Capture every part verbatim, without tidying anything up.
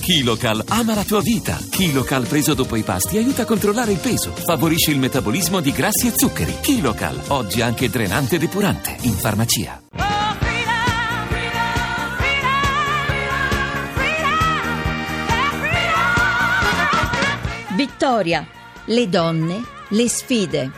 KiloCal ama la tua vita. KiloCal preso dopo i pasti aiuta a controllare il peso, favorisce il metabolismo di grassi e zuccheri. KiloCal, oggi anche drenante e depurante, in farmacia. Vittoria, le donne, le sfide.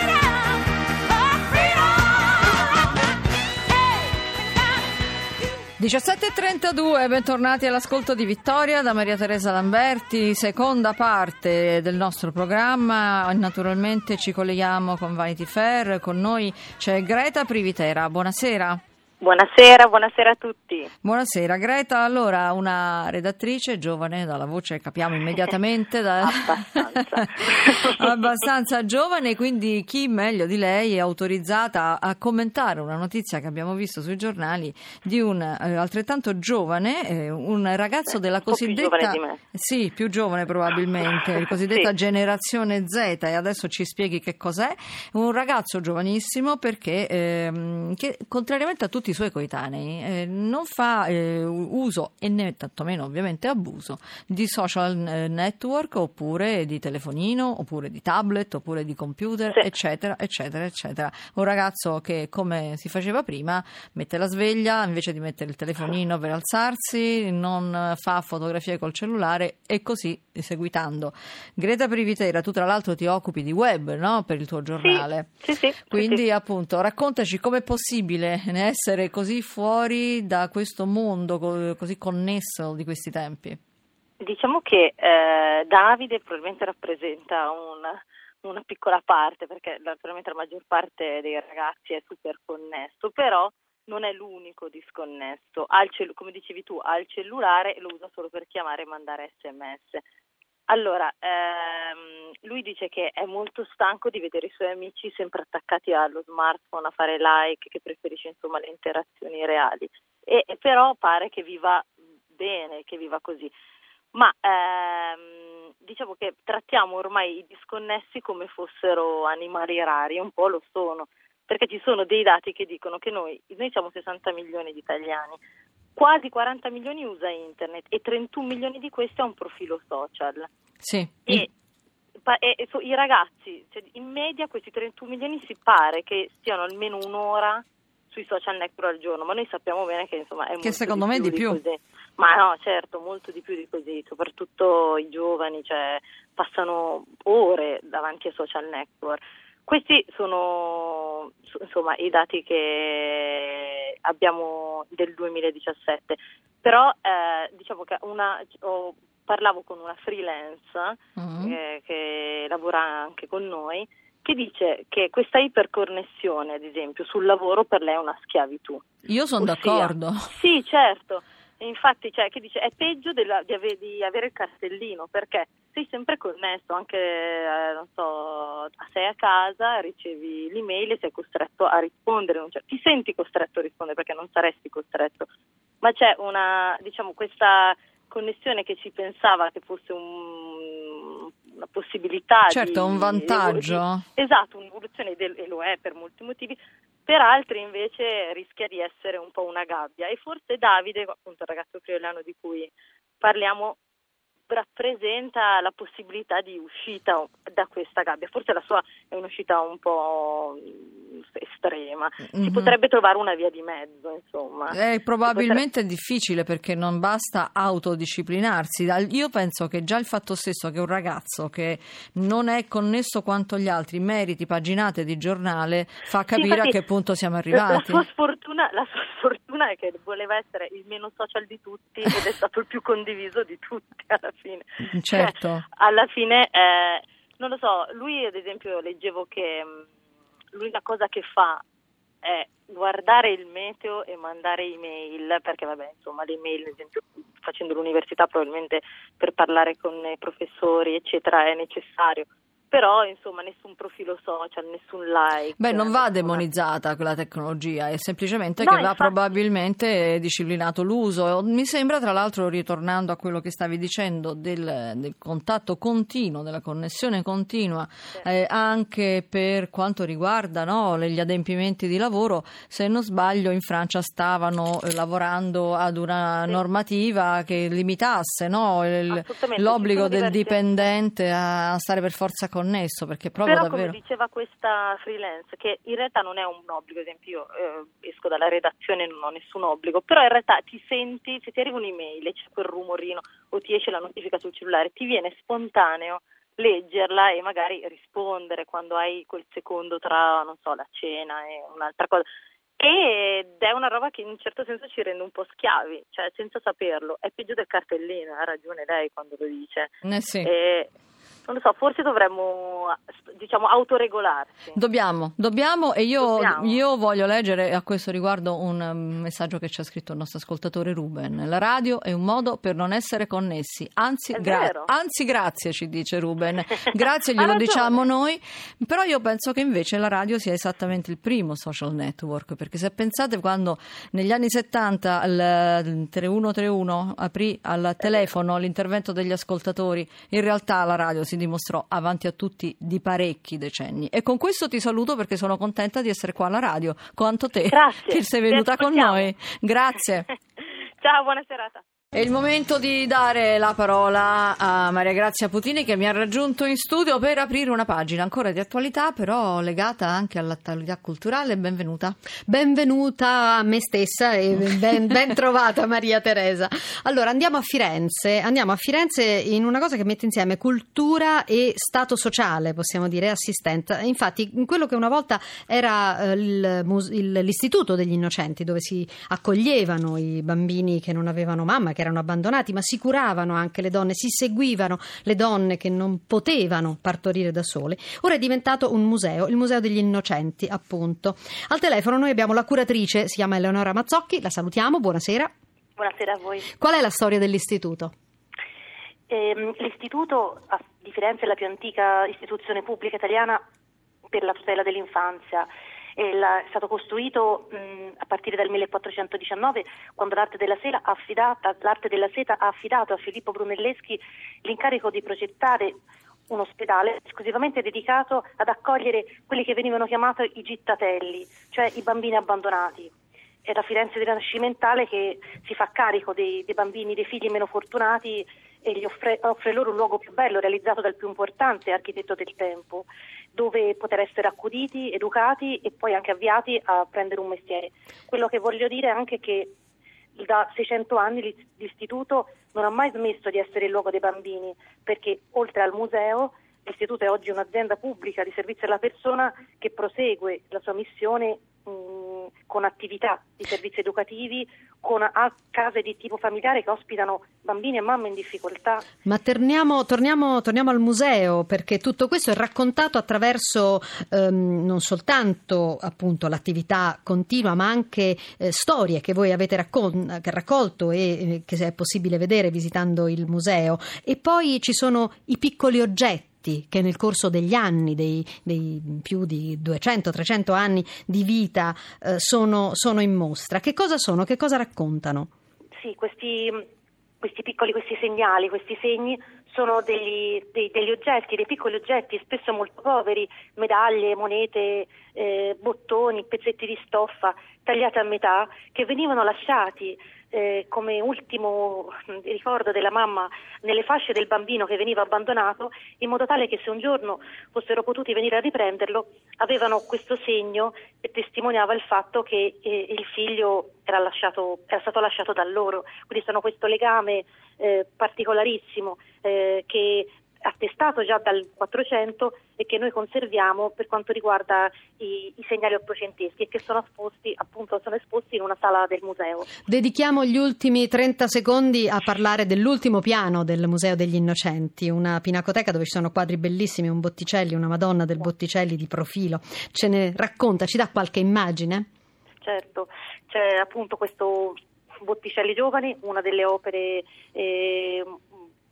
diciassette e trentadue, bentornati all'ascolto di Vittoria da Maria Teresa Lamberti, seconda parte del nostro programma. Naturalmente ci colleghiamo con Vanity Fair, con noi c'è Greta Privitera. Buonasera. Buonasera, buonasera a tutti. Buonasera Greta, allora una redattrice giovane, dalla voce capiamo immediatamente da... abbastanza abbastanza giovane, quindi chi meglio di lei è autorizzata a commentare una notizia che abbiamo visto sui giornali di un eh, altrettanto giovane, eh, un ragazzo Beh, della un po' cosiddetta... più giovane di me. Sì, più giovane probabilmente, la cosiddetta sì. generazione Z, e adesso ci spieghi che cos'è. Un ragazzo giovanissimo perché ehm, che contrariamente a tutti i suoi coetanei eh, non fa eh, uso e né tantomeno ovviamente abuso di social network oppure di telefonino oppure di tablet oppure di computer, sì. eccetera eccetera eccetera. Un ragazzo che, come si faceva prima, mette la sveglia invece di mettere il telefonino per alzarsi, non fa fotografie col cellulare e così seguitando. Greta Privitera, tu tra l'altro ti occupi di web, no? Per il tuo giornale. Sì, sì, sì, Quindi sì, sì. appunto raccontaci com'è possibile essere così fuori da questo mondo co- così connesso di questi tempi. Diciamo che eh, Davide probabilmente rappresenta una, una piccola parte, perché naturalmente la maggior parte dei ragazzi è super connesso, però non è l'unico disconnesso. Ha il cell- come dicevi tu, ha il cellulare e lo usa solo per chiamare e mandare sms. Allora, ehm, lui dice che è molto stanco di vedere i suoi amici sempre attaccati allo smartphone a fare like, che preferisce insomma le interazioni reali, e, e però pare che viva bene, che viva così. Ma ehm, diciamo che trattiamo ormai i disconnessi come fossero animali rari, un po' lo sono, perché ci sono dei dati che dicono che noi, noi siamo sessanta milioni di italiani, quasi quaranta milioni usa internet e trentuno milioni di questi ha un profilo social. Sì. E, pa- e, e so, i ragazzi, cioè, in media questi trentuno milioni si pare che stiano almeno un'ora sui social network al giorno, ma noi sappiamo bene che insomma è Che molto secondo di me più di più. di così. Ma no, certo, molto di più di così, soprattutto i giovani, cioè passano ore davanti ai social network. Questi sono insomma i dati che abbiamo del duemiladiciassette, però eh, diciamo che una ho, parlavo con una freelance Mm. eh, che lavora anche con noi, che dice che questa iperconnessione, ad esempio, sul lavoro per lei è una schiavitù. Io sono Ossia, d'accordo. Sì, certo. E infatti, cioè, che dice, è peggio della, di, ave, di avere il cartellino, perché sei sempre connesso, anche, eh, non so, sei a casa, ricevi l'email e sei costretto a rispondere, non cioè, ti senti costretto a rispondere perché non saresti costretto, ma c'è una, diciamo, questa connessione che si pensava che fosse un, una possibilità Certo, di, un vantaggio. Di, esatto, un'evoluzione del, e lo è per molti motivi. Per altri invece rischia di essere un po' una gabbia, e forse Davide, appunto il ragazzo friulano di cui parliamo, rappresenta la possibilità di uscita da questa gabbia. Forse la sua è un'uscita un po' estrema, Mm-hmm. si potrebbe trovare una via di mezzo, insomma. È probabilmente difficile, perché non basta autodisciplinarsi. Io penso che già il fatto stesso che un ragazzo che non è connesso quanto gli altri meriti paginate di giornale fa capire sì, infatti, a che punto siamo arrivati. La sua sfortuna, la sua sfortuna è che voleva essere il meno social di tutti ed è stato il più condiviso di tutti alla fine. Certo. Cioè, alla fine, eh, non lo so, lui ad esempio leggevo che mh, l'unica cosa che fa è guardare il meteo e mandare email, perché vabbè, insomma, le email, ad esempio, facendo l'università probabilmente per parlare con i professori, eccetera, è necessario. però insomma nessun profilo social, nessun like. Beh, non va nessuna... demonizzata quella tecnologia, è semplicemente no, che va infatti... probabilmente disciplinato l'uso. Mi sembra, tra l'altro, ritornando a quello che stavi dicendo del, del contatto continuo, della connessione continua, sì. eh, anche per quanto riguarda, no, gli adempimenti di lavoro. Se non sbaglio in Francia stavano eh, lavorando ad una sì. normativa che limitasse, no, il, l'obbligo del dipendente a stare per forza connesso, perché proprio però davvero... come diceva questa freelance, che in realtà non è un obbligo, ad esempio io eh, esco dalla redazione e non ho nessun obbligo, però in realtà ti senti, se ti arriva un'email e c'è quel rumorino o ti esce la notifica sul cellulare, ti viene spontaneo leggerla e magari rispondere quando hai quel secondo tra, non so, la cena e un'altra cosa. Ed è una roba che in un certo senso ci rende un po' schiavi, cioè senza saperlo. È peggio del cartellino, ha ragione lei quando lo dice. Eh sì. E, non lo so, forse dovremmo, diciamo, autoregolarci. Dobbiamo, dobbiamo e io, dobbiamo. io voglio leggere a questo riguardo un messaggio che ci ha scritto il nostro ascoltatore Ruben. La radio è un modo per non essere connessi, anzi, gra- anzi grazie, ci dice Ruben, grazie glielo diciamo noi, però io penso che invece la radio sia esattamente il primo social network, perché se pensate quando negli anni settanta il trentuno trentuno aprì al telefono l'intervento degli ascoltatori, in realtà la radio si dimostrò avanti a tutti di parecchi decenni. E con questo ti saluto perché sono contenta di essere qua alla radio, quanto te Grazie, che sei venuta con noi. Grazie. Ciao, buona serata. È il momento di dare la parola a Maria Grazia Putini, che mi ha raggiunto in studio per aprire una pagina ancora di attualità, però legata anche all'attualità culturale. Benvenuta. Benvenuta a me stessa e ben, ben trovata Maria Teresa. Allora andiamo a Firenze, andiamo a Firenze in una cosa che mette insieme cultura e stato sociale, possiamo dire, assistenza. Infatti quello che una volta era il, il, l'istituto degli innocenti, dove si accoglievano i bambini che non avevano mamma, che erano abbandonati, ma si curavano anche le donne, si seguivano le donne che non potevano partorire da sole. Ora è diventato un museo, il Museo degli Innocenti, appunto. Al telefono noi abbiamo la curatrice, si chiama Eleonora Mazzocchi, la salutiamo, buonasera. Buonasera a voi. Qual è la storia dell'istituto? Eh, l'istituto di Firenze è la più antica istituzione pubblica italiana per la tutela dell'infanzia. È stato costruito mh, a partire dal millequattrocentodiciannove, quando l'arte della seta ha affidata, l'arte della seta ha affidato a Filippo Brunelleschi l'incarico di progettare un ospedale esclusivamente dedicato ad accogliere quelli che venivano chiamati i gittatelli, cioè i bambini abbandonati. È la Firenze rinascimentale che si fa carico dei, dei bambini, dei figli meno fortunati, e gli offre, offre loro un luogo più bello, realizzato dal più importante architetto del tempo, dove poter essere accuditi, educati e poi anche avviati a prendere un mestiere. Quello che voglio dire è anche che da seicento anni l'istituto non ha mai smesso di essere il luogo dei bambini, perché oltre al museo l'istituto è oggi un'azienda pubblica di servizio alla persona che prosegue la sua missione mh, con attività di servizi educativi, con a, case di tipo familiare che ospitano bambini e mamme in difficoltà. Ma torniamo, torniamo, torniamo al museo, perché tutto questo è raccontato attraverso ehm, non soltanto appunto l'attività continua, ma anche eh, storie che voi avete raccol- che raccolto e eh, che è possibile vedere visitando il museo. E poi ci sono i piccoli oggetti che nel corso degli anni, dei, dei più di duecento trecento anni di vita, eh, sono, sono in mostra. Che cosa sono? Che cosa raccontano? Sì, questi, questi piccoli, questi segnali, questi segni sono degli, dei, degli oggetti, dei piccoli oggetti, spesso molto poveri, medaglie, monete, eh, bottoni, pezzetti di stoffa tagliati a metà, che venivano lasciati Eh, come ultimo ricordo della mamma nelle fasce del bambino che veniva abbandonato, in modo tale che se un giorno fossero potuti venire a riprenderlo avevano questo segno che testimoniava il fatto che eh, il figlio era, lasciato, era stato lasciato da loro. Quindi sono questo legame eh, particolarissimo eh, che attestato già dal quattrocento e che noi conserviamo per quanto riguarda i, i segnali ottocenteschi, e che sono esposti, appunto, sono esposti in una sala del museo. Dedichiamo gli ultimi trenta secondi a parlare dell'ultimo piano del Museo degli Innocenti, una pinacoteca dove ci sono quadri bellissimi, un Botticelli, una Madonna del Botticelli di profilo. Ce ne racconta, ci dà qualche immagine? Certo, c'è appunto questo Botticelli giovane, una delle opere eh, più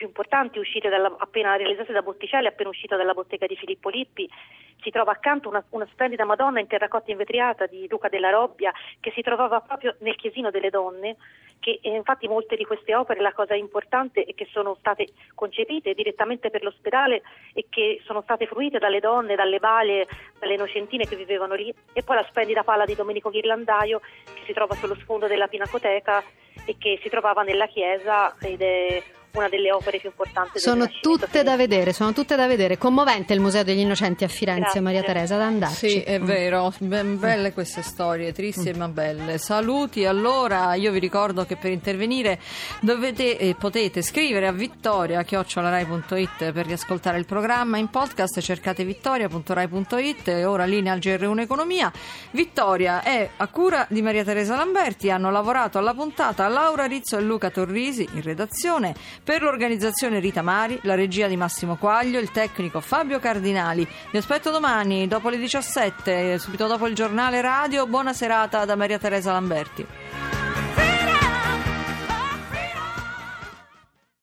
più importanti uscite dalla, appena realizzate da Botticelli, appena uscita dalla bottega di Filippo Lippi. Si trova accanto una, una splendida Madonna in terracotta invetriata di Luca della Robbia, che si trovava proprio nel chiesino delle donne, che eh, infatti molte di queste opere, la cosa importante è che sono state concepite direttamente per l'ospedale e che sono state fruite dalle donne, dalle bale, dalle innocentine che vivevano lì. E poi la splendida palla di Domenico Ghirlandaio, che si trova sullo sfondo della Pinacoteca e che si trovava nella chiesa ed è una delle opere più importanti. Sono tutte da vedere, sono tutte da vedere. Commovente il Museo degli Innocenti a Firenze. Grazie. Maria Teresa, da andarci. Sì, è vero, ben belle queste storie, tristi mm. ma belle. Saluti, allora io vi ricordo che per intervenire dovete e eh, potete scrivere a vittoria chiocciola rai punto it per riascoltare il programma in podcast, cercate vittoria punto rai punto it e ora linea al G R uno Economia. Vittoria è a cura di Maria Teresa Lamberti, hanno lavorato alla puntata Laura Rizzo e Luca Torrisi in redazione. Per l'organizzazione Rita Mari, la regia di Massimo Quaglio, il tecnico Fabio Cardinali. Vi aspetto domani dopo le diciassette, subito dopo il giornale radio. Buona serata da Maria Teresa Lamberti.